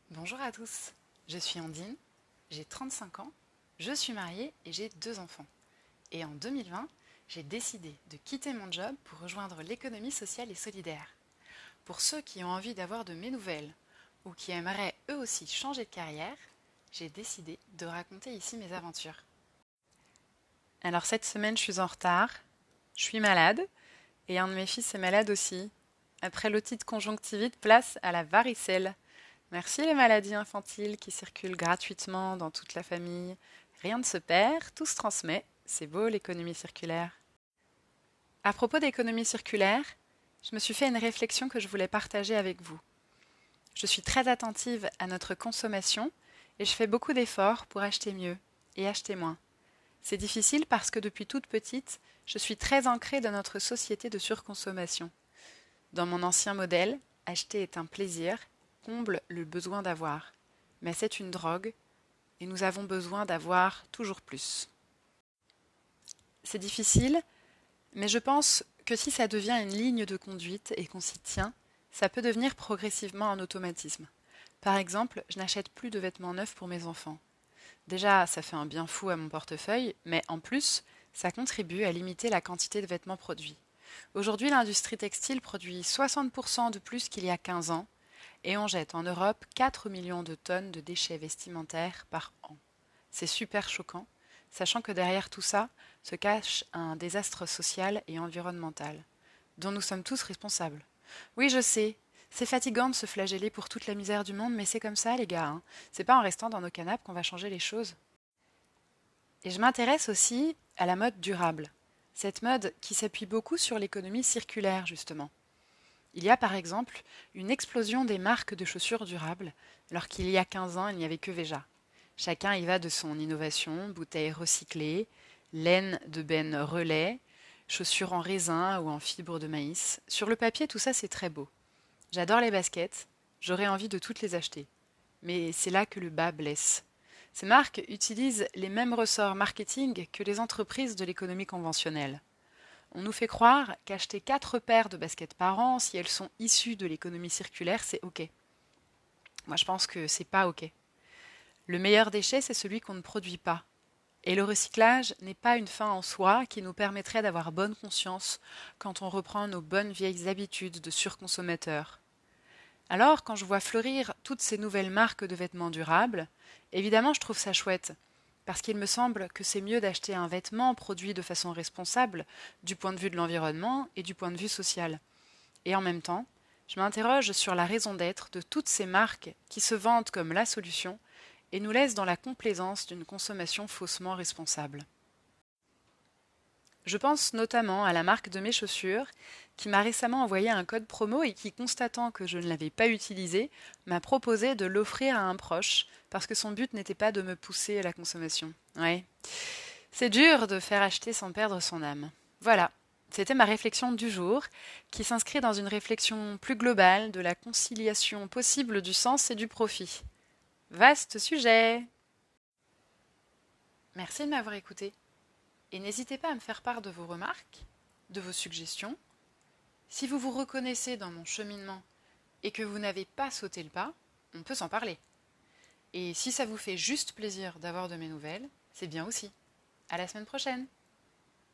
Bonjour à tous, je suis Andine, j'ai 35 ans, je suis mariée et j'ai 2 enfants. Et en 2020, j'ai décidé de quitter mon job pour rejoindre l'économie sociale et solidaire. Pour ceux qui ont envie d'avoir de mes nouvelles ou qui aimeraient eux aussi changer de carrière, j'ai décidé de raconter ici mes aventures. Alors cette semaine, je suis en retard, je suis malade et un de mes fils est malade aussi. Après l'otite conjonctivite, place à la varicelle. Merci les maladies infantiles qui circulent gratuitement dans toute la famille. Rien ne se perd, tout se transmet. C'est beau l'économie circulaire. À propos d'économie circulaire, je me suis fait une réflexion que je voulais partager avec vous. Je suis très attentive à notre consommation et je fais beaucoup d'efforts pour acheter mieux et acheter moins. C'est difficile parce que depuis toute petite, je suis très ancrée dans notre société de surconsommation. Dans mon ancien modèle, acheter est un plaisir, comble le besoin d'avoir. Mais c'est une drogue et nous avons besoin d'avoir toujours plus. C'est difficile, mais je pense que si ça devient une ligne de conduite et qu'on s'y tient, ça peut devenir progressivement un automatisme. Par exemple, je n'achète plus de vêtements neufs pour mes enfants. Déjà, ça fait un bien fou à mon portefeuille, mais en plus, ça contribue à limiter la quantité de vêtements produits. Aujourd'hui, l'industrie textile produit 60% de plus qu'il y a 15 ans, et on jette en Europe 4 millions de tonnes de déchets vestimentaires par an. C'est super choquant, sachant que derrière tout ça se cache un désastre social et environnemental, dont nous sommes tous responsables. Oui, je sais, c'est fatigant de se flageller pour toute la misère du monde, mais c'est comme ça, les gars, hein. C'est pas en restant dans nos canapes qu'on va changer les choses. Et je m'intéresse aussi à la mode durable. Cette mode qui s'appuie beaucoup sur l'économie circulaire, justement. Il y a par exemple une explosion des marques de chaussures durables, alors qu'il y a 15 ans, il n'y avait que Veja. Chacun y va de son innovation, bouteilles recyclées, laine de benne relais, chaussures en raisin ou en fibre de maïs. Sur le papier, tout ça c'est très beau. J'adore les baskets, j'aurais envie de toutes les acheter. Mais c'est là que le bas blesse. Ces marques utilisent les mêmes ressorts marketing que les entreprises de l'économie conventionnelle. On nous fait croire qu'acheter 4 paires de baskets par an, si elles sont issues de l'économie circulaire, c'est OK. Moi, je pense que c'est pas OK. Le meilleur déchet, c'est celui qu'on ne produit pas. Et le recyclage n'est pas une fin en soi qui nous permettrait d'avoir bonne conscience quand on reprend nos bonnes vieilles habitudes de surconsommateurs. Alors, quand je vois fleurir toutes ces nouvelles marques de vêtements durables, évidemment, je trouve ça chouette, parce qu'il me semble que c'est mieux d'acheter un vêtement produit de façon responsable du point de vue de l'environnement et du point de vue social. Et en même temps, je m'interroge sur la raison d'être de toutes ces marques qui se vantent comme la solution et nous laissent dans la complaisance d'une consommation faussement responsable. Je pense notamment à la marque de mes chaussures qui m'a récemment envoyé un code promo et qui, constatant que je ne l'avais pas utilisé, m'a proposé de l'offrir à un proche parce que son but n'était pas de me pousser à la consommation. Ouais. C'est dur de faire acheter sans perdre son âme. Voilà. C'était ma réflexion du jour, qui s'inscrit dans une réflexion plus globale de la conciliation possible du sens et du profit. Vaste sujet! Merci de m'avoir écouté. Et n'hésitez pas à me faire part de vos remarques, de vos suggestions. Si vous vous reconnaissez dans mon cheminement et que vous n'avez pas sauté le pas, on peut s'en parler. Et si ça vous fait juste plaisir d'avoir de mes nouvelles, c'est bien aussi. À la semaine prochaine!